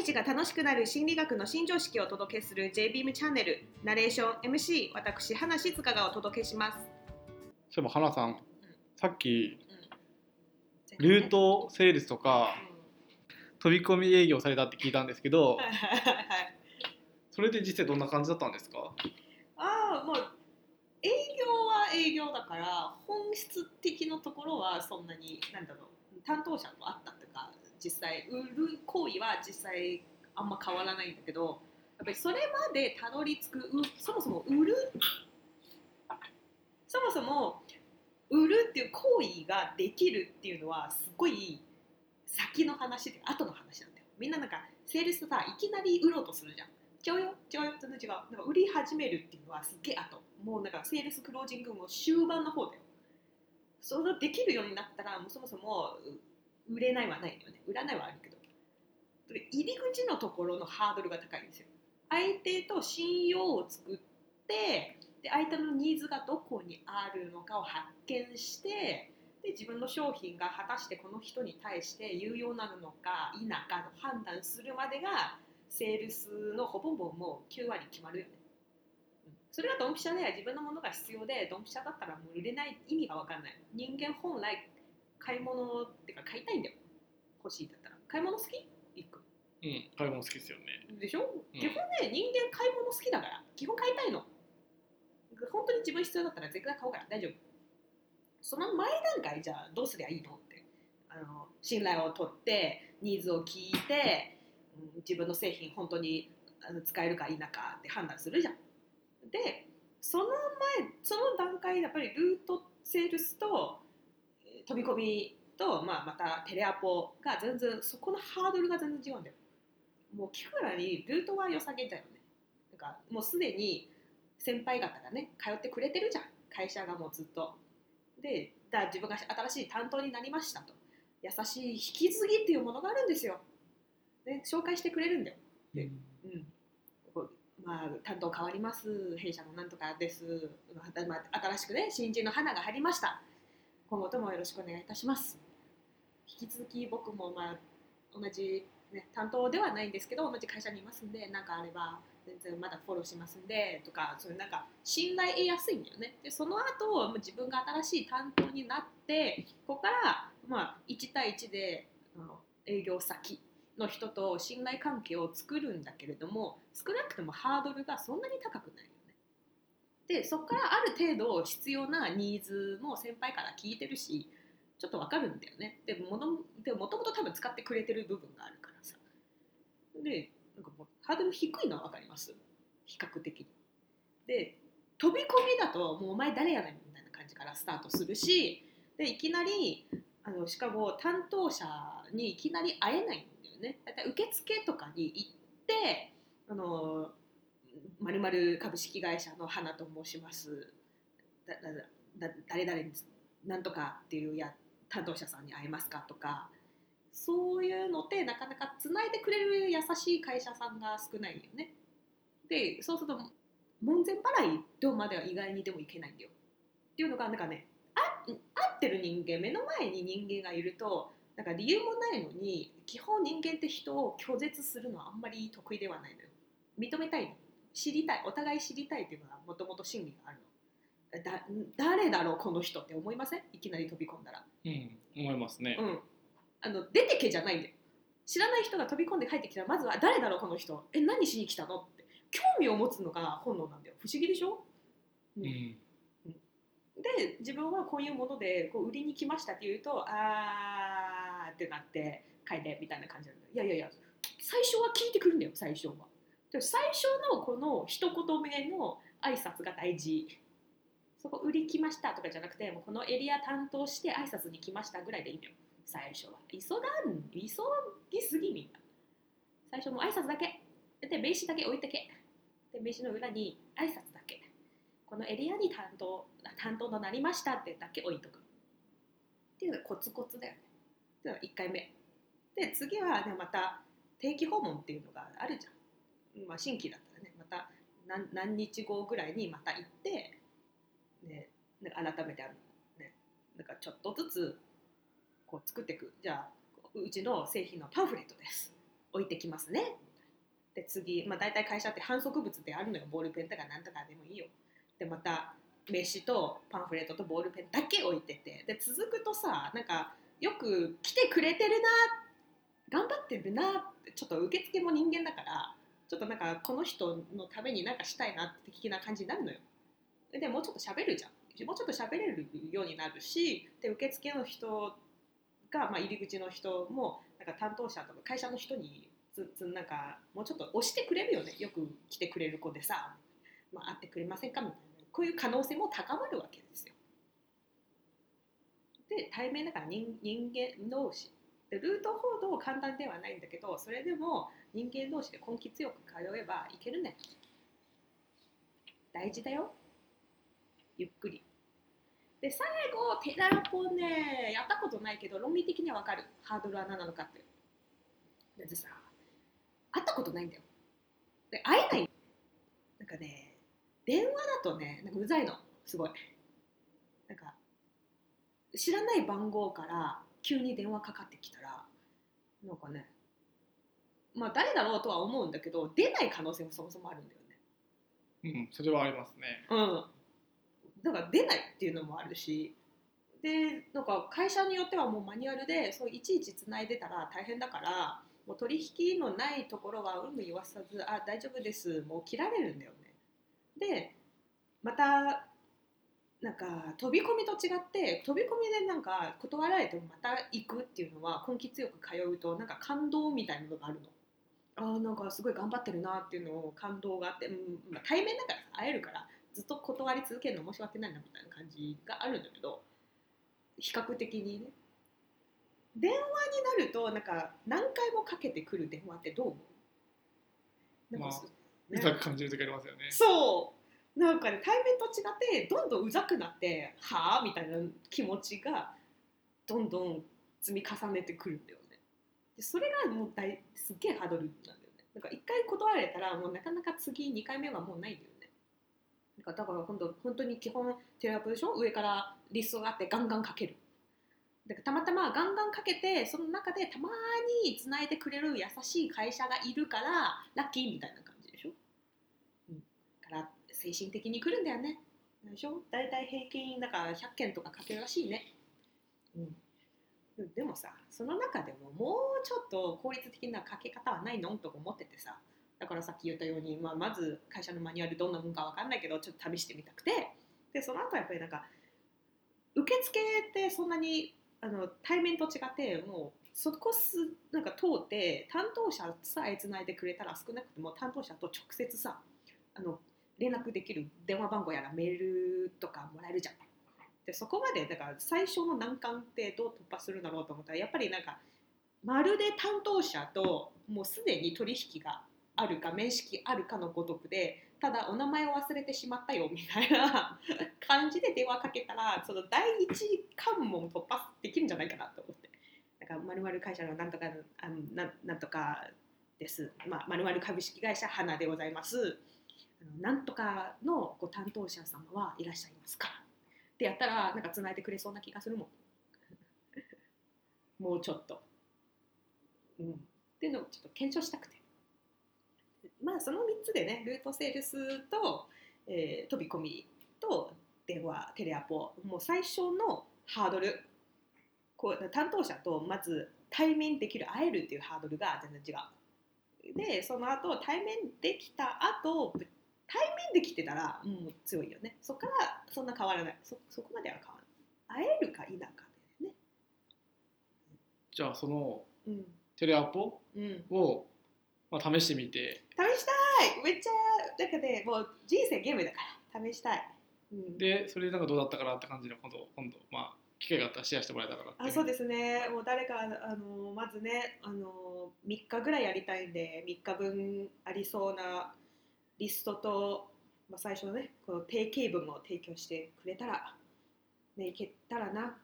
日が楽しくなる心理学の新常識をお届けする J-BEAM チャンネル。ナレーション MC 私花静香がお届けします。 そういえば花さん、さっきルートセールスとか飛び込み営業されたって聞いたんですけど、それで実際どんな感じだったんですか？ もう営業は営業だから本質的なところはそんなに担当者と会ったとか実際売る行為は実際あんま変わらないんだけど、やっぱりそれまでたどり着くそもそも売るっていう行為ができるっていうのはすごい先の話で後の話なんだよ。みんなセールスさいきなり売ろうとするじゃん。違うよ全然違う。売り始めるっていうのはすっげえ後、もうセールスクロージングも終盤の方だよ。それができるようになったらもうそもそも売れないはないよね。売らないはあるけど、入り口のところのハードルが高いんですよ。相手と信用を作って、で相手のニーズがどこにあるのかを発見して、で自分の商品が果たしてこの人に対して有用なのか否かの判断するまでがセールスのほぼもう9割決まるよね。それがドンピシャで自分のものが必要でドンピシャだったらもう売れない意味が分かんない。人間本来買い物ってか買いたいんだよ。欲しいだったら買い物好き？行く。 買い物好きですよね。 でしょ、基本ね、人間買い物好きだから基本買いたいの。本当に自分必要だったら絶対買うから大丈夫。その前段階じゃあどうすりゃいいのって、信頼を取ってニーズを聞いて、自分の製品本当に使えるか否かって判断するじゃん。でその段階やっぱりルートセールスと飛び込みと、またテレアポが全然そこのハードルが全然違うんだよ。もう聞くからにルートは良さげだよね。もうすでに先輩方がね通ってくれてるじゃん、会社がもうずっと。で自分が新しい担当になりましたと、優しい引き継ぎっていうものがあるんですよ、ね、紹介してくれるんだよ。で、担当変わります、弊社のなんとかです、新しくね新人の花が入りました、今後ともよろしくお願いいたします。引き続き僕も同じ、担当ではないんですけど同じ会社にいますんで、何かあれば全然まだフォローしますんでとか、そういう信頼得やすいんだよね。でその後自分が新しい担当になってここから1対1で営業先の人と信頼関係を作るんだけれども、少なくともハードルがそんなに高くないよね。でそこからある程度必要なニーズも先輩から聞いてるしちょっとわかるんだよね。でもともと多分使ってくれてる部分があるからさ。でもうハードル低いのは分かります、比較的に。で飛び込みだともうお前誰やねんみたいな感じからスタートするし、でいきなりしかも担当者にいきなり会えないんだよね。だいたい受付とかに行って〇〇株式会社の花と申します、誰々なんとかっていう担当者さんに会えますかとか、そういうのってなかなかつないでくれる優しい会社さんが少ないよね。でそうすると門前払いとまでは意外にでもいけないんだよっていうのが合ってる人間、目の前に人間がいると理由もないのに基本人間って人を拒絶するのはあんまり得意ではないのよ。認めたいの、知りたい、お互い知りたいっていうのがもともと心理があるの。誰だろうこの人って思いません？いきなり飛び込んだら。 思いますね。 出てけじゃないんだよ。知らない人が飛び込んで帰ってきたらまずは誰だろうこの人、何しに来たのって興味を持つのが本能なんだよ。不思議でしょ。で自分はこういうもので売りに来ましたって言うとあーってなって帰れみたいな感じなんだよ。いや最初は聞いてくるんだよ。最初のこの一言目の挨拶が大事。そこ売り来ましたとかじゃなくて、もうこのエリア担当して挨拶に来ましたぐらいでいいんだよ。最初は急ぎすぎみんな。最初も挨拶だけで名刺だけ置いてけ。で名刺の裏に挨拶だけ、このエリアに担当となりましたってだけ置いとくっていうのがコツコツだよね。っていうのが1回目で、次は、ね、また定期訪問っていうのがあるじゃん。新規だったらね、また 何日後ぐらいにまた行って、ね、改めてちょっとずつ作っていく。じゃあうちの製品のパンフレットです、 置いてきますね。で次、大体会社って反則物ってあるのよ。ボールペンとかなんとかでもいいよ。でまた名刺とパンフレットとボールペンだけ置いてて、で続くとさ、なんかよく来てくれてるな、頑張ってるなって、ちょっと受付も人間だからちょっとなんかこの人のためになんかしたいなって的な感じになるのよ。でもうちょっと喋るじゃん。もうちょっと喋れるようになるし、で受付の人が、入り口の人もなんか担当者とか会社の人になんかもうちょっと押してくれるよね。よく来てくれる子でさ、会ってくれませんかみたいな、こういう可能性も高まるわけですよ。で対面だから人間同士で、ルートほど簡単ではないんだけど、それでも人間同士で根気強く通えばいけるね。大事だよ、ゆっくり。で最後テラポね、やったことないけど論理的には分かる。ハードルは何なのかって。だってさ、会ったことないんだよ。で会えない。なんかね、電話だとね、なんかうざいのすごい。なんか知らない番号から急に電話かかってきたら、なんかね、誰だろうとは思うんだけど、出ない可能性もそもそもあるんだよね。それはありますね。 だから出ないっていうのもあるし、でなんか会社によってはもうマニュアルでそういちいちつないでたら大変だから、もう取引のないところは有無言わさず、大丈夫です、もう切られるんだよね。でまたなんか飛び込みと違って、飛び込みでなんか断られてもまた行くっていうのは、根気強く通うとなんか感動みたいなのがあるの。なんかすごい頑張ってるなっていうのを感動があって、対面だから会えるからずっと断り続けるの申し訳ないなみたいな感じがあるんだけど、比較的にね。電話になるとなんか何回もかけてくる電話ってどう思う？なんかうざく感じる時ありますよね。 そうなんかね、対面と違ってどんどんうざくなって、はあみたいな気持ちがどんどん積み重ねてくるんだよね。でそれがもうすっげえハードルなんだよね。なんか1回断られたらもうなかなか次2回目はもうないんだよね。だから本当に基本テレアポでしょ、上からリストがあってガンガンかける。だからたまたまガンガンかけて、その中でたまにつないでくれる優しい会社がいるからラッキーみたいな感じでしょ。だから精神的に来るんだよね。でしょ、だいたい平均だから100件とかかけるらしいね。でもさ、その中でももうちょっと効率的なかけ方はないのと思っててさ、だからさっき言ったように、まず会社のマニュアルどんなもんか分かんないけどちょっと試してみたくて、でその後やっぱりなんか受付ってそんなに対面と違って、もうそこなんか通って担当者さえつないでくれたら、少なくとも担当者と直接さ連絡できる電話番号やらメールとかもらえるじゃん。でそこまでだから最初の難関ってどう突破するんだろうと思ったら、やっぱりなんかまるで担当者ともうすでに取引があるか面識あるかのごとくで、ただお名前を忘れてしまったよみたいな感じで電話かけたら、その第一関門突破できるんじゃないかなと思って。なんか〇〇会社のなんとかなんとかです、〇〇株式会社花でございます、なんとかのご担当者様はいらっしゃいますかってやったら、なんか繋いでくれそうな気がするもん。もうちょっと、っていうのをちょっと検証したくて、その3つでね、ルートセールスと、飛び込みと電話テレアポ、もう最初のハードル、担当者とまず対面できる、会えるっていうハードルが全然違う。でその後対面できた後、対面できてたらもう強いよね。そこからそんな変わらない。そこまでは変わらない。会えるか否かでね。 じゃあそのテレアポを、試してみて、 試したい。めっちゃなんかね、もう人生ゲームだから試したい。 でそれなんかどうだったかなって感じの今度機会があったらシェアしてもらえたらなって。 そうですね。もう誰かまずね3日ぐらいやりたいんで、3日分ありそうなリストと、最初のねこの定型文を提供してくれたらね、いけたらな。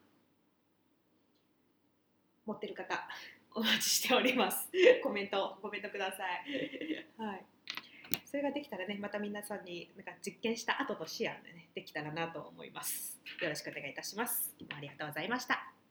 持ってる方お待ちしておりますコメントくださいはい、それができたらね、また皆さんになんか実験した後のシェアでねできたらなと思います。よろしくお願いいたします。ありがとうございました。